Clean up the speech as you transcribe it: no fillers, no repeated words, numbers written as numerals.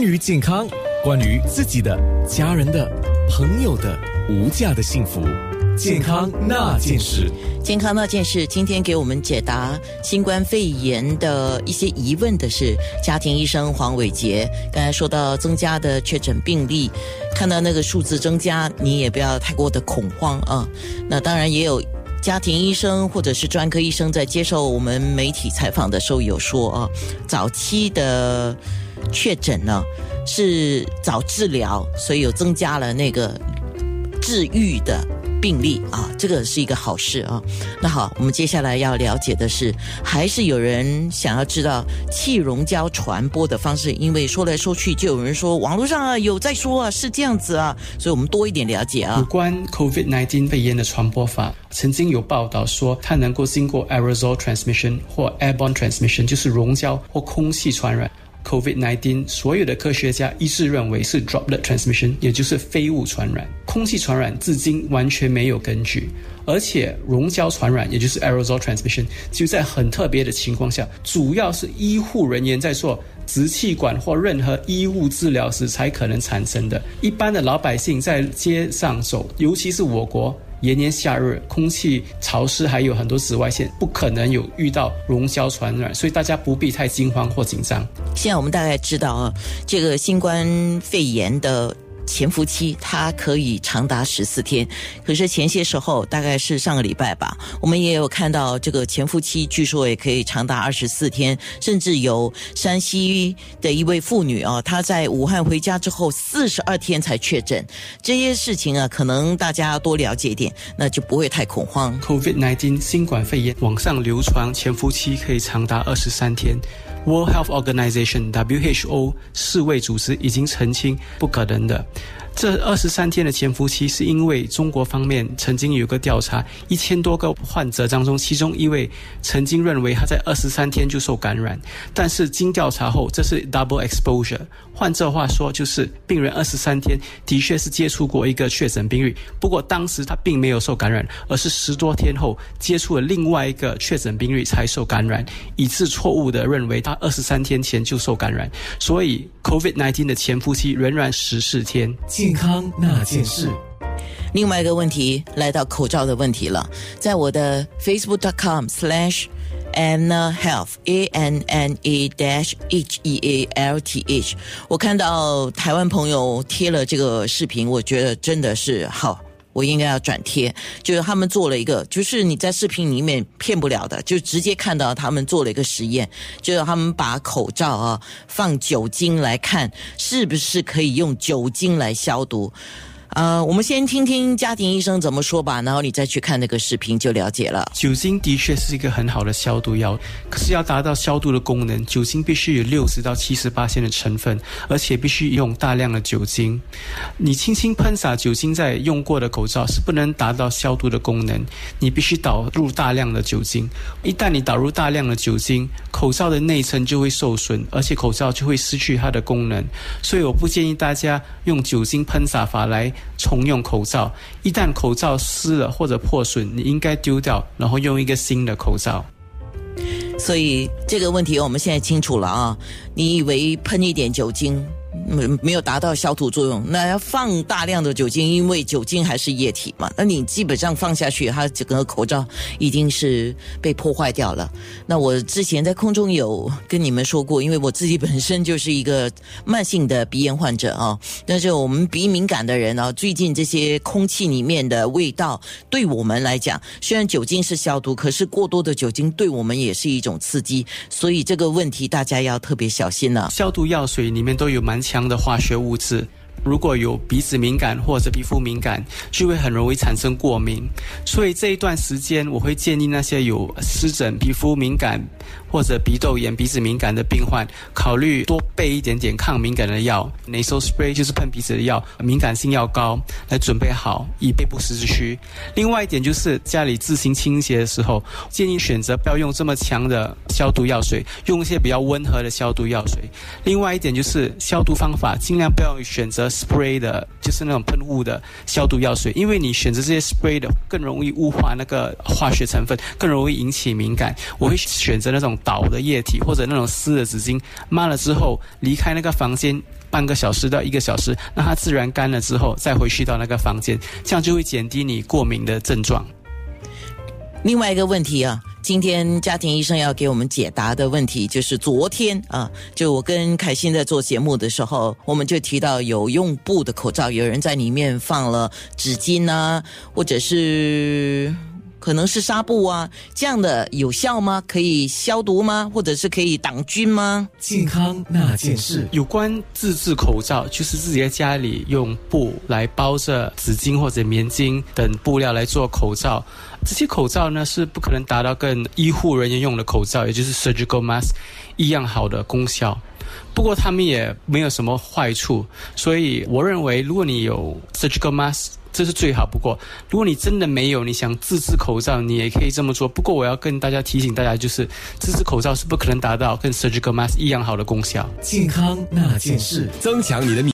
于健康，关于自己的、家人的、朋友的无价的幸福。健康那件事， 健康那件事，今天给我们解答新冠肺炎的一些疑问的是家庭医生黄伟杰。刚才说到增加的确诊病例，看到那个数字增加，你也不要太过的恐慌啊。那当然也有家庭医生或者是专科医生在接受我们媒体采访的时候有说啊，早期的确诊呢是早治疗，所以有增加了那个治愈的病例啊，这个是一个好事啊。那好，我们接下来要了解的是，还是有人想要知道气溶胶传播的方式，因为说来说去就有人说网络上啊有在说啊是这样子啊，所以我们多一点了解啊。 有关 COVID-19 肺炎的传播法，曾经有报道说它能够经过 aerosol transmission 或 airborne transmission， 就是溶胶或空气传染。COVID-19 所有的科学家一致认为是 droplet transmission， 也就是飞物传染。空气传染至今完全没有根据，而且溶胶传染也就是 aerosol transmission 就在很特别的情况下，主要是医护人员在做支气管或任何医务治疗时才可能产生的。一般的老百姓在街上走，尤其是我国炎炎夏日，空气潮湿，还有很多紫外线，不可能有遇到溶胶传染，所以大家不必太惊慌或紧张。 现在我们大概知道啊，这个新冠肺炎的潜伏期它可以长达14天，可是前些时候大概是上个礼拜吧，我们也有看到这个潜伏期据说也可以长达24天，甚至有山西的一位妇女啊，她在武汉回家之后42天才确诊。这些事情啊，可能大家要多了解一点，那就不会太恐慌。 COVID-19 新冠肺炎网上流传潜伏期可以长达23天，World Health Organization WHO 世卫组织已经澄清不可能的。这23天的潜伏期是因为中国方面曾经有个调查，1000多个患者当中，其中一位曾经认为他在23天就受感染，但是经调查后这是 double exposure， 换这话说就是病人23天的确是接触过一个确诊病例，不过当时他并没有受感染，而是10多天后接触了另外一个确诊病例才受感染，以致错误的认为他23天前就受感染，所以 COVID-19 的潜伏期仍然14天。 健康那件事。 另外一个问题来到口罩的问题了，在我的 facebook.com/AnnaHealth ANNA-HEALTH， 我看到台湾朋友贴了这个视频，我觉得真的是好，我应该要转贴。就是他们做了一个，就是你在视频里面骗不了的，就直接看到他们做了一个实验，就是他们把口罩啊放酒精来看是不是可以用酒精来消毒。我们先听听家庭医生怎么说吧，然后你再去看那个视频就了解了。 酒精的确是一个很好的消毒药，可是要达到消毒的功能，酒精必须有60到70% 的成分，而且必须用大量的酒精。你轻轻喷洒酒精在用过的口罩是不能达到消毒的功能，你必须导入大量的酒精。一旦你导入大量的酒精，口罩的内层就会受损，而且口罩就会失去它的功能。所以我不建议大家用酒精喷洒法来重用口罩，一旦口罩湿了或者破损，你应该丢掉，然后用一个新的口罩。 所以这个问题我们现在清楚了啊，你以为喷一点酒精没有达到消毒作用，那要放大量的酒精，因为酒精还是液体嘛，那你基本上放下去，它整个口罩已经是被破坏掉了。那我之前在空中有跟你们说过，因为我自己本身就是一个慢性的鼻炎患者啊，但是我们鼻敏感的人啊，最近这些空气里面的味道对我们来讲，虽然酒精是消毒，可是过多的酒精对我们也是一种刺激，所以这个问题大家要特别小心了。 消毒药水里面都有蛮强的化学物质，如果有鼻子敏感或者皮肤敏感，就会很容易产生过敏。所以这一段时间我会建议那些有湿疹、皮肤敏感或者鼻窦炎、鼻子敏感的病患，考虑多备一点点抗敏感的药 ，nasal spray 就是喷鼻子的药，敏感性药膏来准备好，以备不时之需。另外一点就是家里自行清洁的时候，建议选择不要用这么强的消毒药水，用一些比较温和的消毒药水。另外一点就是消毒方法，尽量不要选择择 spray 的，就是那种喷雾的消毒药水，因为你选择这些 spray 的更容易雾化那个化学成分，更容易引起敏感。我会选择那种导的液体或者那种湿的纸巾，抹了之后离开那个房间半个小时到1个小时，让它自然干了之后再回去到那个房间，这样就会减低你过敏的症状。 另外一个问题啊，今天家庭医生要给我们解答的问题就是昨天啊，就我跟凯欣在做节目的时候，我们就提到有用布的口罩，有人在里面放了纸巾啊，或者是可能是纱布啊，这样的有效吗？可以消毒吗？或者是可以挡菌吗？ 健康那件事， 有关自制口罩，就是自己在家里用布来包着纸巾或者棉巾等布料来做口罩。这些口罩呢是不可能达到跟医护人员用的口罩，也就是 surgical mask 一样好的功效。不过他们也没有什么坏处，所以我认为如果你有 surgical mask， 这是最好。不过如果你真的没有，你想自制口罩，你也可以这么做。不过我要跟大家提醒大家，就是自制口罩是不可能达到跟 surgical mask 一样好的功效。 健康那件事，增强你的